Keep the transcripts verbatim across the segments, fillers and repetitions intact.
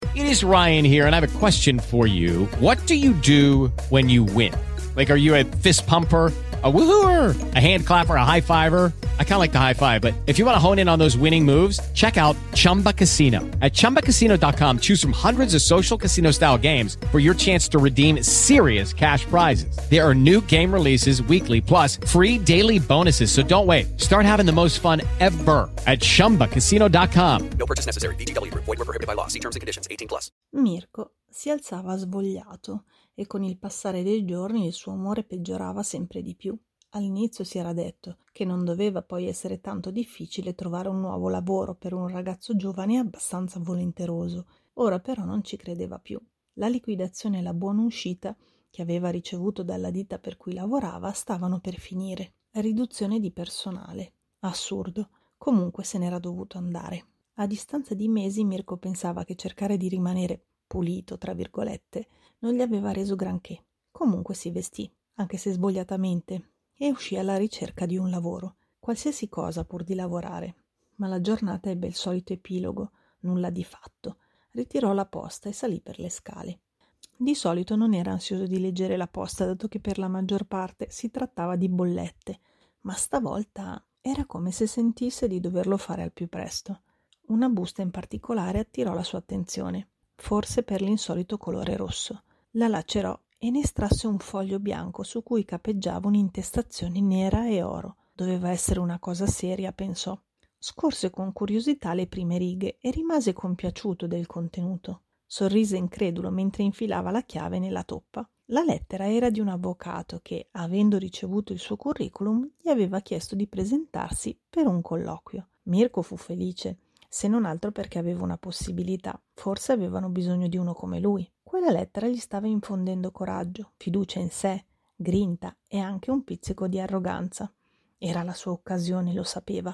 It is Ryan here, and I have a question for you. What do you do when you win? Like, are you a fist pumper, a woohooer, a hand clapper, a high fiver? I kind of like the high five, but if you want to hone in on those winning moves, check out Chumba Casino. At chumba casino dot com, choose from hundreds of social casino style games for your chance to redeem serious cash prizes. There are new game releases weekly, plus free daily bonuses. So don't wait. Start having the most fun ever at chumba casino dot com. No purchase necessary. V G W Group. Void where prohibited by law. See terms and conditions. eighteen plus. Mirko si alzava svogliato e con il passare dei giorni il suo umore peggiorava sempre di più. All'inizio si era detto che non doveva poi essere tanto difficile trovare un nuovo lavoro per un ragazzo giovane e abbastanza volenteroso. Ora però non ci credeva più. La liquidazione e la buona uscita che aveva ricevuto dalla ditta per cui lavorava stavano per finire. Riduzione di personale. Assurdo. Comunque se n'era dovuto andare. A distanza di mesi Mirko pensava che cercare di rimanere pulito, tra virgolette, non gli aveva reso granché. Comunque si vestì, anche se svogliatamente, e uscì alla ricerca di un lavoro, qualsiasi cosa pur di lavorare. Ma la giornata ebbe il solito epilogo, nulla di fatto. Ritirò la posta e salì per le scale. Di solito non era ansioso di leggere la posta, dato che per la maggior parte si trattava di bollette, ma stavolta era come se sentisse di doverlo fare al più presto. Una busta in particolare attirò la sua attenzione, forse per l'insolito colore rosso. La lacerò e ne estrasse un foglio bianco su cui capeggiava un'intestazione nera e oro. Doveva essere una cosa seria, pensò. Scorse con curiosità le prime righe e rimase compiaciuto del contenuto. Sorrise incredulo mentre infilava la chiave nella toppa. La lettera era di un avvocato che, avendo ricevuto il suo curriculum, gli aveva chiesto di presentarsi per un colloquio. Mirko fu felice, se non altro perché aveva una possibilità. Forse avevano bisogno di uno come lui. Quella lettera gli stava infondendo coraggio, fiducia in sé, grinta e anche un pizzico di arroganza. Era la sua occasione, lo sapeva.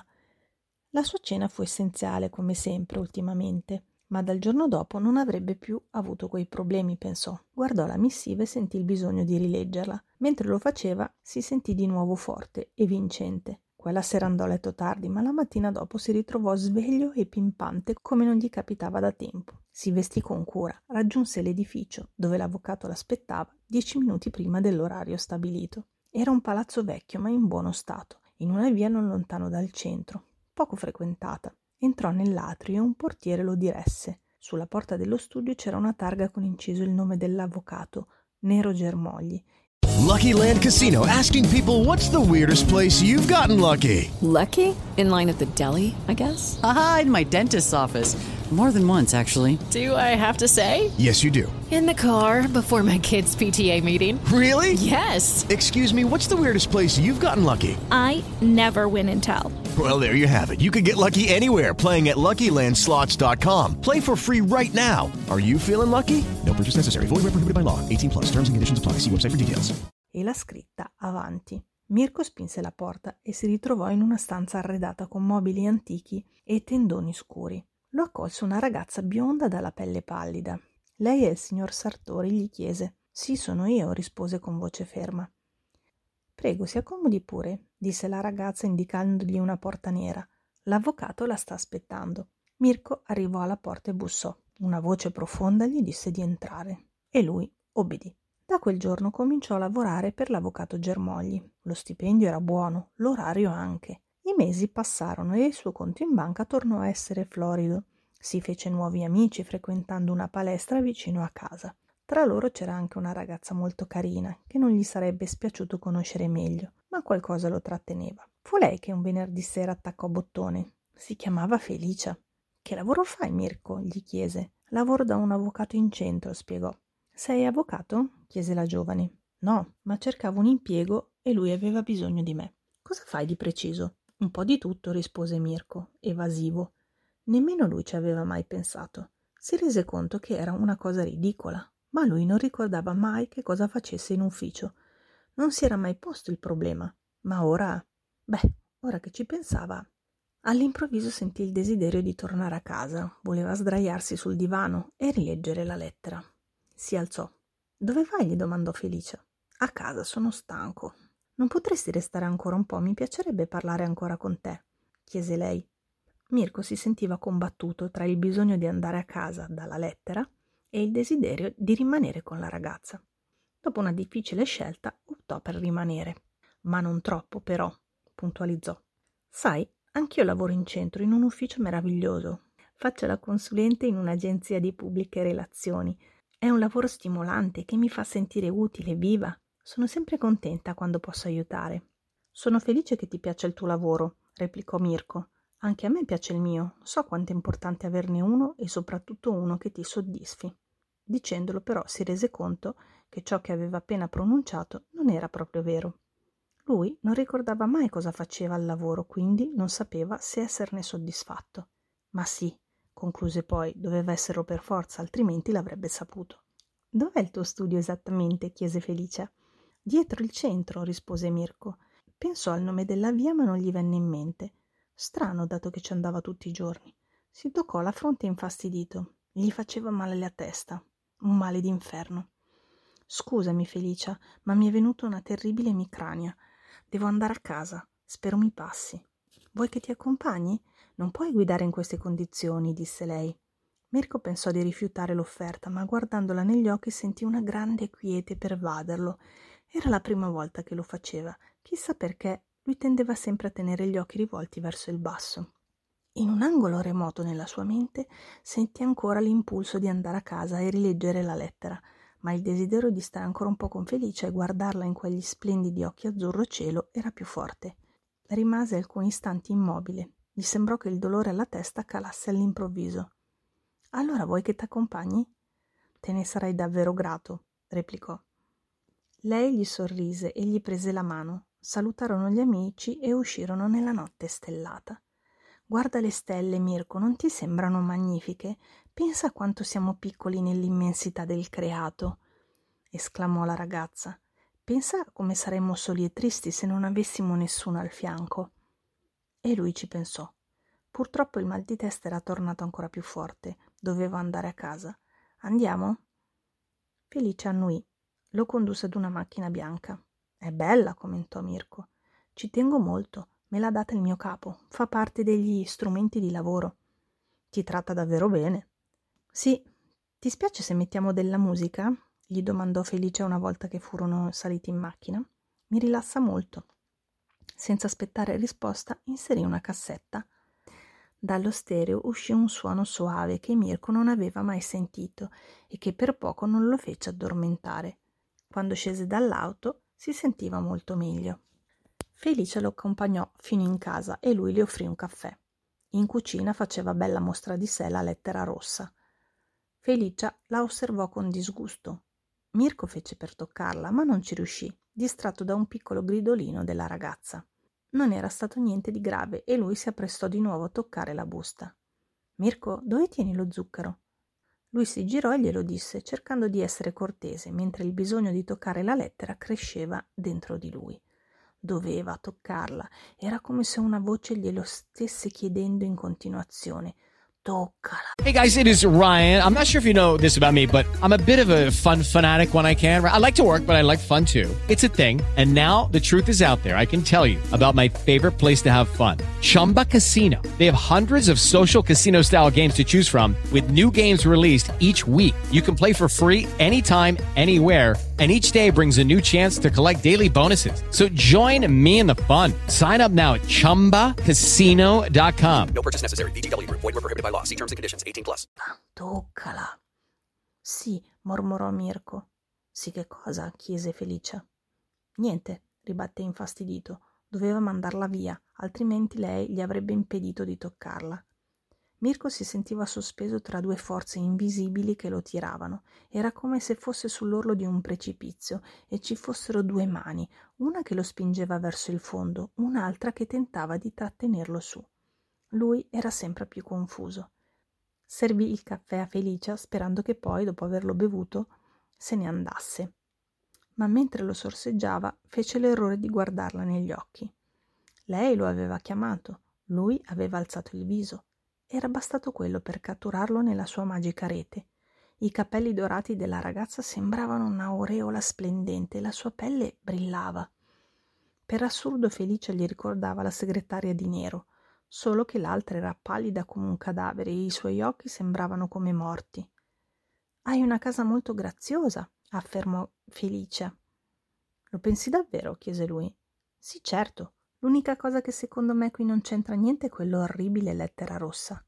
La sua cena fu essenziale, come sempre, ultimamente, ma dal giorno dopo non avrebbe più avuto quei problemi, pensò. Guardò la missiva e sentì il bisogno di rileggerla. Mentre lo faceva, si sentì di nuovo forte e vincente. Quella sera andò a letto tardi, ma la mattina dopo si ritrovò sveglio e pimpante come non gli capitava da tempo. Si vestì con cura, raggiunse l'edificio dove l'avvocato l'aspettava dieci minuti prima dell'orario stabilito. Era un palazzo vecchio ma in buono stato, in una via non lontano dal centro, poco frequentata. Entrò nell'atrio e un portiere lo diresse. Sulla porta dello studio c'era una targa con inciso il nome dell'avvocato, Nero Germogli. Lucky Land Casino, asking people, what's the weirdest place you've gotten lucky? Lucky? In line at the deli, I guess? Aha, in my dentist's office. More than once, actually. Do I have to say? Yes, you do. In the car before my kids' P T A meeting. Really? Yes. Excuse me, what's the weirdest place you've gotten lucky? I never win and tell. Well, there you have it. You can get lucky anywhere, playing at lucky land slots dot com. Play for free right now. Are you feeling lucky? No purchase necessary. Void where prohibited by law. eighteen plus. Terms and conditions apply. See website for details. E la scritta avanti. Mirko spinse la porta e si ritrovò in una stanza arredata con mobili antichi e tendoni scuri. Lo accolse una ragazza bionda dalla pelle pallida. Lei è il signor Sartori, gli chiese. Sì, sono io, rispose con voce ferma. Prego, si accomodi pure, disse la ragazza indicandogli una porta nera. L'avvocato la sta aspettando. Mirko arrivò alla porta e bussò. Una voce profonda gli disse di entrare e lui obbedì. Da quel giorno cominciò a lavorare per l'avvocato Germogli. Lo stipendio era buono, l'orario anche. I mesi passarono e il suo conto in banca tornò a essere florido. Si fece nuovi amici frequentando una palestra vicino a casa. Tra loro c'era anche una ragazza molto carina, che non gli sarebbe spiaciuto conoscere meglio, ma qualcosa lo tratteneva. Fu lei che un venerdì sera attaccò bottone. Si chiamava Felicia. «Che lavoro fai, Mirko?» gli chiese. «Lavoro da un avvocato in centro», spiegò. «Sei avvocato?» chiese la giovane. «No, ma cercavo un impiego e lui aveva bisogno di me». «Cosa fai di preciso?» «Un po' di tutto», rispose Mirko, evasivo. Nemmeno lui ci aveva mai pensato. Si rese conto che era una cosa ridicola, ma lui non ricordava mai che cosa facesse in ufficio. Non si era mai posto il problema, ma ora... Beh, ora che ci pensava... All'improvviso sentì il desiderio di tornare a casa, voleva sdraiarsi sul divano e rileggere la lettera. Si alzò. «Dove vai?» gli domandò Felicia. «A casa, sono stanco». «Non potresti restare ancora un po'? Mi piacerebbe parlare ancora con te», chiese lei. Mirko si sentiva combattuto tra il bisogno di andare a casa dalla lettera e il desiderio di rimanere con la ragazza. Dopo una difficile scelta optò per rimanere. Ma non troppo, però, puntualizzò. Sai, anch'io lavoro in centro, in un ufficio meraviglioso. Faccio la consulente in un'agenzia di pubbliche relazioni. È un lavoro stimolante che mi fa sentire utile, viva. Sono sempre contenta quando posso aiutare. Sono felice che ti piaccia il tuo lavoro, replicò Mirko. Anche a me piace il mio. So quanto è importante averne uno e soprattutto uno che ti soddisfi. Dicendolo però si rese conto che ciò che aveva appena pronunciato non era proprio vero. Lui non ricordava mai cosa faceva al lavoro, quindi non sapeva se esserne soddisfatto. Ma sì, concluse poi, doveva esserlo per forza, altrimenti l'avrebbe saputo. Dov'è il tuo studio esattamente? Chiese Felicia. Dietro il centro, rispose Mirko. Pensò al nome della via ma non gli venne in mente. Strano, dato che ci andava tutti i giorni. Si toccò la fronte infastidito. Gli faceva male la testa. Un male d'inferno. Scusami, Felicia, ma mi è venuta una terribile emicrania. Devo andare a casa. Spero mi passi. Vuoi che ti accompagni? Non puoi guidare in queste condizioni, disse lei. Mirko pensò di rifiutare l'offerta, ma guardandola negli occhi sentì una grande quiete pervaderlo. Era la prima volta che lo faceva. Chissà perché, lui tendeva sempre a tenere gli occhi rivolti verso il basso. In un angolo remoto nella sua mente sentì ancora l'impulso di andare a casa e rileggere la lettera, ma il desiderio di stare ancora un po' con Felicia e guardarla in quegli splendidi occhi azzurro cielo era più forte. Rimase alcuni istanti immobile. Gli sembrò che il dolore alla testa calasse all'improvviso. «Allora vuoi che t'accompagni?» «Te ne sarai davvero grato», replicò. Lei gli sorrise e gli prese la mano. Salutarono gli amici e uscirono nella notte stellata. «Guarda le stelle, Mirko, non ti sembrano magnifiche? Pensa quanto siamo piccoli nell'immensità del creato», esclamò la ragazza. «Pensa come saremmo soli e tristi se non avessimo nessuno al fianco». E lui ci pensò. Purtroppo il mal di testa era tornato ancora più forte. Doveva andare a casa. «Andiamo?» Felice annuì. Lo condusse ad una macchina bianca. «È bella», commentò Mirko. «Ci tengo molto. Me l'ha data il mio capo. Fa parte degli strumenti di lavoro». «Ti tratta davvero bene?» «Sì. Ti spiace se mettiamo della musica?» gli domandò Felice una volta che furono saliti in macchina. «Mi rilassa molto». Senza aspettare risposta, inserì una cassetta. Dallo stereo uscì un suono soave che Mirko non aveva mai sentito e che per poco non lo fece addormentare. Quando scese dall'auto si sentiva molto meglio. Felice lo accompagnò fino in casa e lui le offrì un caffè. In cucina faceva bella mostra di sé la lettera rossa. Felicia la osservò con disgusto. Mirko fece per toccarla, ma non ci riuscì, distratto da un piccolo gridolino della ragazza. Non era stato niente di grave e lui si apprestò di nuovo a toccare la busta. «Mirko, dove tieni lo zucchero?» Lui si girò e glielo disse, cercando di essere cortese, mentre il bisogno di toccare la lettera cresceva dentro di lui. Doveva toccarla, era come se una voce glielo stesse chiedendo in continuazione. Toccala. Hey guys, it is Ryan. I'm not sure if you know this about me, but I'm a bit of a fun fanatic when I can. I like to work, but I like fun too. It's a thing. And now the truth is out there. I can tell you about my favorite place to have fun. Chumba Casino. They have hundreds of social casino style games to choose from with new games released each week. You can play for free anytime, anywhere. And each day brings a new chance to collect daily bonuses. So join me in the fun. Sign up now at chumba casino dot com. No purchase necessary. V G W Group. Void where prohibited by law. See terms and conditions. eighteen plus. Toccala. Sì, mormorò Mirko. Sì, che cosa? Chiese Felicia. Niente, ribatté infastidito. Doveva mandarla via, altrimenti lei gli avrebbe impedito di toccarla. Mirko si sentiva sospeso tra due forze invisibili che lo tiravano. Era come se fosse sull'orlo di un precipizio e ci fossero due mani, una che lo spingeva verso il fondo, un'altra che tentava di trattenerlo su. Lui era sempre più confuso. Servì il caffè a Felicia sperando che poi, dopo averlo bevuto, se ne andasse. Ma mentre lo sorseggiava fece l'errore di guardarla negli occhi. Lei lo aveva chiamato, lui aveva alzato il viso. Era bastato quello per catturarlo nella sua magica rete. I capelli dorati della ragazza sembravano un'aureola splendente e la sua pelle brillava. Per assurdo Felicia gli ricordava la segretaria di nero. solo che l'altra era pallida come un cadavere e i suoi occhi sembravano come morti. «Hai una casa molto graziosa», affermò Felicia. «Lo pensi davvero?» chiese lui. «Sì, certo. L'unica cosa che secondo me qui non c'entra niente è quell'orribile lettera rossa».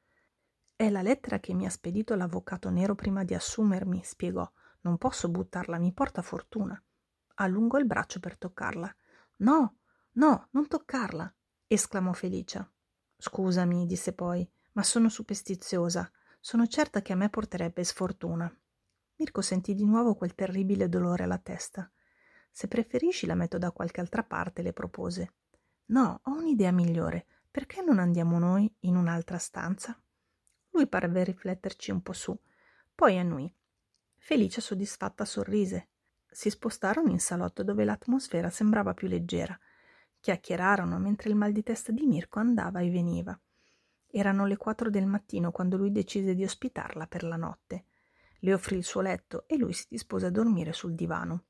«È la lettera che mi ha spedito l'avvocato nero prima di assumermi», spiegò. «Non posso buttarla, mi porta fortuna». Allungò il braccio per toccarla. «No, no, non toccarla!» esclamò Felicia. «Scusami», disse poi, «ma sono superstiziosa. Sono certa che a me porterebbe sfortuna». Mirko sentì di nuovo quel terribile dolore alla testa. «Se preferisci la metto da qualche altra parte», le propose. «No, ho un'idea migliore. Perché non andiamo noi in un'altra stanza?» Lui parve rifletterci un po' su, poi annui. Felicia, soddisfatta, sorrise. Si spostarono in salotto dove l'atmosfera sembrava più leggera. Chiacchierarono mentre il mal di testa di Mirko andava e veniva. Erano le quattro del mattino quando lui decise di ospitarla per la notte. Le offrì il suo letto e lui si dispose a dormire sul divano.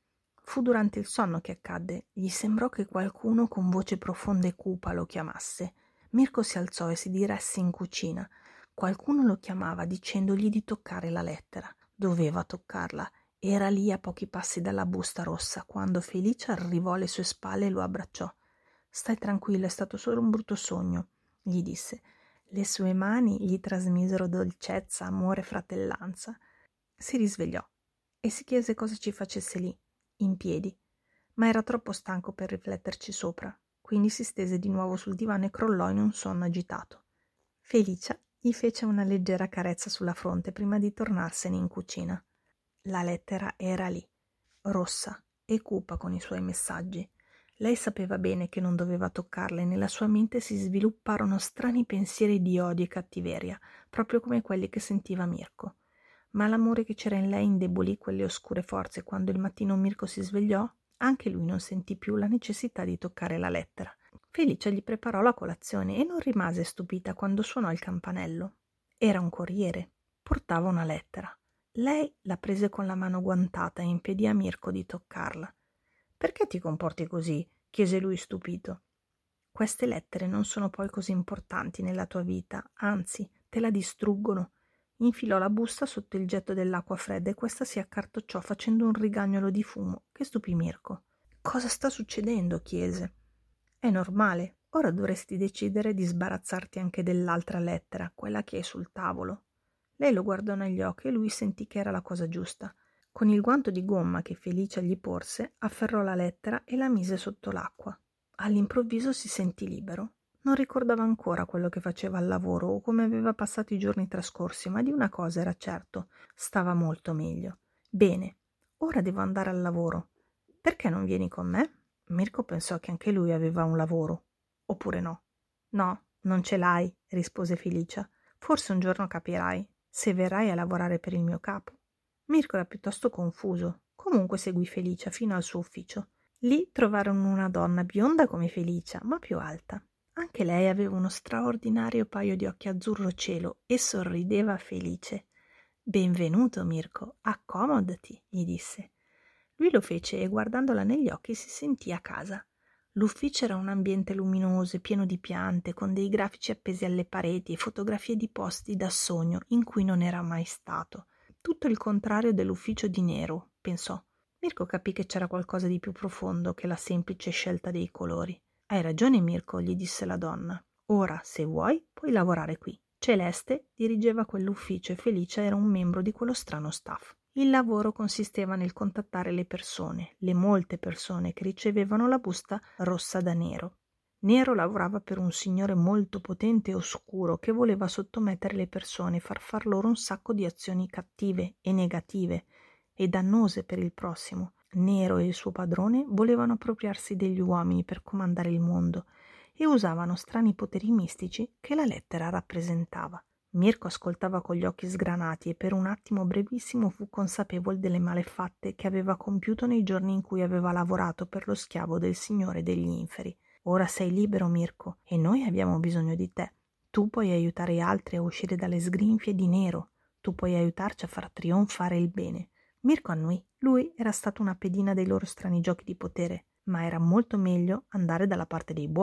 Fu durante il sonno che accadde. Gli sembrò che qualcuno con voce profonda e cupa lo chiamasse. Mirko si alzò e si diresse in cucina. Qualcuno lo chiamava dicendogli di toccare la lettera. Doveva toccarla. Era lì a pochi passi dalla busta rossa quando Felicia arrivò alle sue spalle e lo abbracciò. «Stai tranquillo, è stato solo un brutto sogno», gli disse. Le sue mani gli trasmisero dolcezza, amore, fratellanza. Si risvegliò e si chiese cosa ci facesse lì, in piedi, ma era troppo stanco per rifletterci sopra, quindi si stese di nuovo sul divano e crollò in un sonno agitato. Felicia gli fece una leggera carezza sulla fronte prima di tornarsene in cucina. La lettera era lì, rossa e cupa con i suoi messaggi. Lei sapeva bene che non doveva toccarla e nella sua mente si svilupparono strani pensieri di odio e cattiveria, proprio come quelli che sentiva Mirko. Ma l'amore che c'era in lei indebolì quelle oscure forze. Quando il mattino Mirko si svegliò, anche lui non sentì più la necessità di toccare la lettera. Felicia gli preparò la colazione e non rimase stupita quando suonò il campanello. Era un corriere. Portava una lettera. Lei la prese con la mano guantata e impedì a Mirko di toccarla. «Perché ti comporti così?» chiese lui stupito. «Queste lettere non sono poi così importanti nella tua vita, anzi, te la distruggono». Infilò la busta sotto il getto dell'acqua fredda e questa si accartocciò facendo un rigagnolo di fumo che stupì Mirko. «Cosa sta succedendo?» chiese. «È normale. Ora dovresti decidere di sbarazzarti anche dell'altra lettera, quella che è sul tavolo». Lei lo guardò negli occhi e lui sentì che era la cosa giusta. Con il guanto di gomma che Felicia gli porse, afferrò la lettera e la mise sotto l'acqua. All'improvviso si sentì libero. Non ricordava ancora quello che faceva al lavoro o come aveva passato i giorni trascorsi, ma di una cosa era certo: stava molto meglio. «Bene, ora devo andare al lavoro. Perché non vieni con me?» Mirko pensò che anche lui aveva un lavoro. Oppure no? «No, non ce l'hai», rispose Felicia. «Forse un giorno capirai, se verrai a lavorare per il mio capo». Mirko era piuttosto confuso. Comunque seguì Felicia fino al suo ufficio. Lì trovarono una donna bionda come Felicia, ma più alta. Anche lei aveva uno straordinario paio di occhi azzurro cielo e sorrideva felice. «Benvenuto, Mirko, accomodati», gli disse. Lui lo fece e guardandola negli occhi si sentì a casa. L'ufficio era un ambiente luminoso e pieno di piante, con dei grafici appesi alle pareti e fotografie di posti da sogno in cui non era mai stato. Tutto il contrario dell'ufficio di Nero, pensò. Mirko capì che c'era qualcosa di più profondo che la semplice scelta dei colori. «Hai ragione, Mirko», gli disse la donna. «Ora, se vuoi, puoi lavorare qui». Celeste dirigeva quell'ufficio e Felicia era un membro di quello strano staff. Il lavoro consisteva nel contattare le persone, le molte persone che ricevevano la busta rossa da Nero. Nero lavorava per un signore molto potente e oscuro che voleva sottomettere le persone e far far loro un sacco di azioni cattive e negative e dannose per il prossimo. Nero e il suo padrone volevano appropriarsi degli uomini per comandare il mondo e usavano strani poteri mistici che la lettera rappresentava. Mirko ascoltava con gli occhi sgranati e per un attimo brevissimo fu consapevole delle malefatte che aveva compiuto nei giorni in cui aveva lavorato per lo schiavo del Signore degli Inferi. «Ora sei libero, Mirko, e noi abbiamo bisogno di te. Tu puoi aiutare altri a uscire dalle sgrinfie di Nero. Tu puoi aiutarci a far trionfare il bene». Mirko annui. Lui era stato una pedina dei loro strani giochi di potere, ma era molto meglio andare dalla parte dei buoni.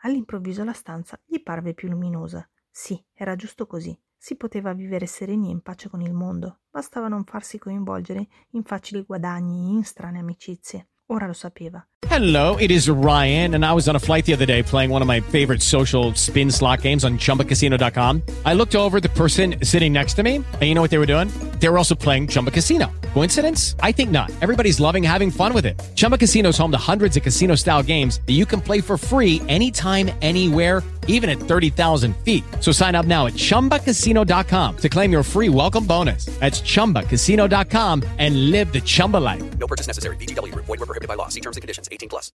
All'improvviso la stanza gli parve più luminosa. Sì, era giusto così. Si poteva vivere sereni e in pace con il mondo. Bastava non farsi coinvolgere in facili guadagni, in strane amicizie. Ora lo sapeva. Hello, it is Ryan, and I was on a flight the other day playing one of my favorite social spin slot games on Chumba Casino dot com. I looked over at the person sitting next to me, and you know what they were doing? They were also playing Chumba Casino. Coincidence? I think not. Everybody's loving having fun with it. Chumba Casino is home to hundreds of casino-style games that you can play for free anytime, anywhere, even at thirty thousand feet. So sign up now at Chumba Casino dot com to claim your free welcome bonus. That's Chumba Casino dot com and live the Chumba life. No purchase necessary. V G W. Void where prohibited by law. See terms and conditions. eighteen plus.